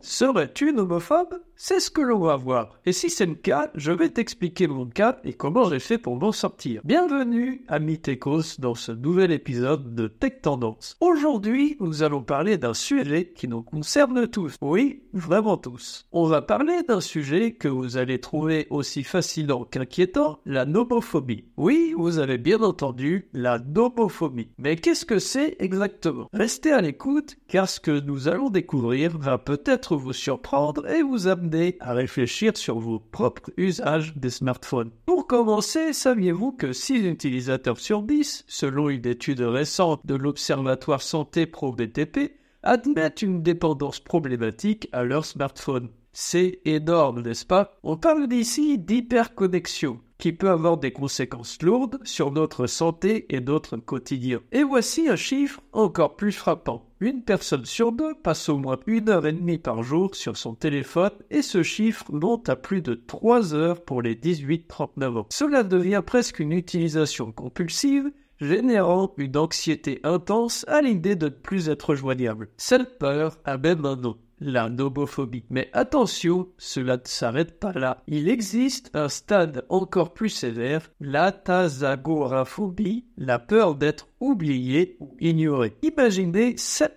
Serais-tu homophobe? C'est ce que l'on va voir. Et si c'est le cas, je vais t'expliquer mon cas et comment j'ai fait pour m'en sortir. Bienvenue, amis Techos, dans ce nouvel épisode de Tech Tendance. Aujourd'hui, nous allons parler d'un sujet qui nous concerne tous. Oui, vraiment tous. On va parler d'un sujet que vous allez trouver aussi fascinant qu'inquiétant, la nomophobie. Oui, vous avez bien entendu, la nomophobie. Mais qu'est-ce que c'est exactement? Restez à l'écoute, car ce que nous allons découvrir va peut-être vous surprendre et vous amener à réfléchir sur vos propres usages des smartphones. Pour commencer, saviez-vous que 6 utilisateurs sur 10, selon une étude récente de l'Observatoire Santé Pro BTP, admettent une dépendance problématique à leur smartphone? C'est énorme, n'est-ce pas? On parle ici d'hyperconnexion, qui peut avoir des conséquences lourdes sur notre santé et notre quotidien. Et voici un chiffre encore plus frappant. Une personne sur deux passe au moins 1h30 par jour sur son téléphone et ce chiffre monte à plus de 3 heures pour les 18-39 ans. Cela devient presque une utilisation compulsive, générant une anxiété intense à l'idée de ne plus être joignable. Cette peur a même un nom. La nomophobie. Mais attention, cela ne s'arrête pas là. Il existe un stade encore plus sévère, la thazagoraphobie, la peur d'être oublié ou ignoré. Imaginez,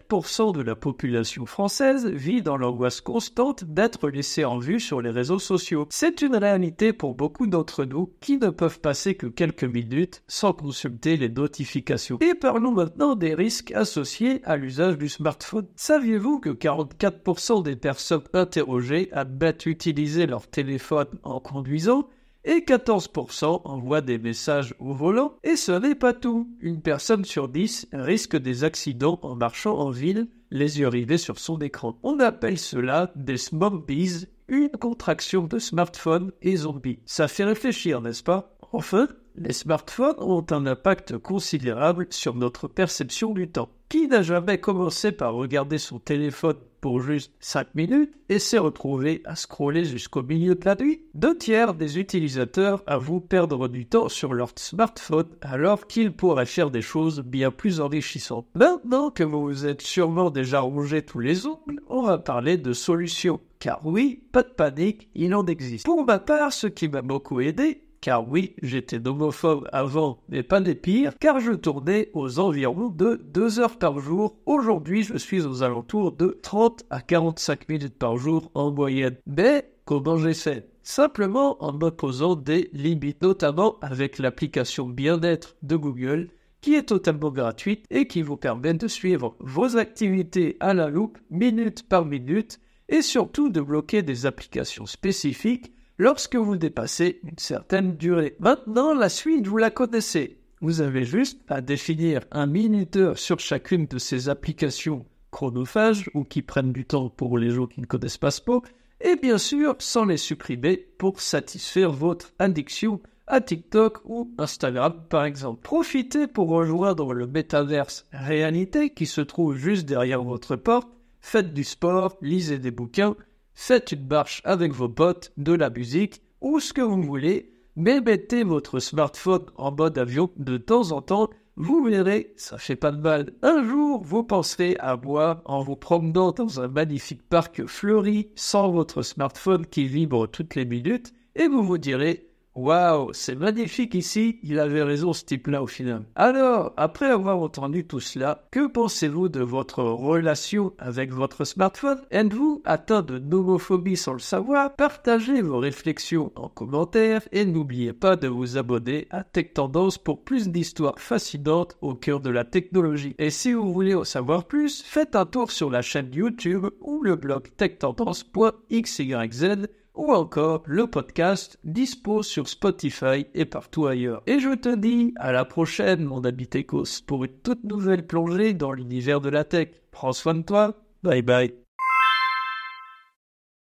7% de la population française vit dans l'angoisse constante d'être laissée en vue sur les réseaux sociaux. C'est une réalité pour beaucoup d'entre nous qui ne peuvent passer que quelques minutes sans consulter les notifications. Et parlons maintenant des risques associés à l'usage du smartphone. Saviez-vous que 44% des personnes interrogées admettent utiliser leur téléphone en conduisant et 14% envoient des messages au volant? Et ce n'est pas tout. Une personne sur 10 risque des accidents en marchant en ville, les yeux rivés sur son écran. On appelle cela des smombies, une contraction de smartphone et zombie. Ça fait réfléchir, n'est-ce pas? Enfin, les smartphones ont un impact considérable sur notre perception du temps. Qui n'a jamais commencé par regarder son téléphone pour juste 5 minutes et s'est retrouvé à scroller jusqu'au milieu de la nuit? 2/3 des utilisateurs avouent perdre du temps sur leur smartphone alors qu'ils pourraient faire des choses bien plus enrichissantes. Maintenant que vous vous êtes sûrement déjà rongé tous les ongles, on va parler de solutions. Car oui, pas de panique, il en existe. Pour ma part, ce qui m'a beaucoup aidé, car oui, j'étais nomophobe avant, mais pas des pires, car je tournais aux environs de 2 heures par jour. Aujourd'hui, je suis aux alentours de 30 à 45 minutes par jour en moyenne. Mais comment j'ai fait? Simplement en m'imposant des limites, notamment avec l'application Bien-être de Google, qui est totalement gratuite et qui vous permet de suivre vos activités à la loupe, minute par minute, et surtout de bloquer des applications spécifiques lorsque vous dépassez une certaine durée. Maintenant, la suite, vous la connaissez. Vous avez juste à définir un minuteur sur chacune de ces applications chronophages ou qui prennent du temps pour les gens qui ne connaissent pas ce mot, et bien sûr, sans les supprimer pour satisfaire votre addiction à TikTok ou Instagram par exemple. Profitez pour rejoindre le métaverse réalité qui se trouve juste derrière votre porte. Faites du sport, lisez des bouquins, faites une marche avec vos potes, de la musique ou ce que vous voulez, mais mettez votre smartphone en mode avion de temps en temps, vous verrez, ça fait pas de mal. Un jour, vous penserez à moi en vous promenant dans un magnifique parc fleuri sans votre smartphone qui vibre toutes les minutes et vous vous direz « Waouh, c'est magnifique ici, il avait raison ce type-là au final. » Alors, après avoir entendu tout cela, que pensez-vous de votre relation avec votre smartphone? Êtes-vous atteint de nomophobie sans le savoir? Partagez vos réflexions en commentaire et n'oubliez pas de vous abonner à Tech Tendance pour plus d'histoires fascinantes au cœur de la technologie. Et si vous voulez en savoir plus, faites un tour sur la chaîne YouTube ou le blog techtendance.xyz ou encore le podcast dispo sur Spotify et partout ailleurs. Et je te dis à la prochaine, mon ami Techos, pour une toute nouvelle plongée dans l'univers de la tech. Prends soin de toi, bye bye.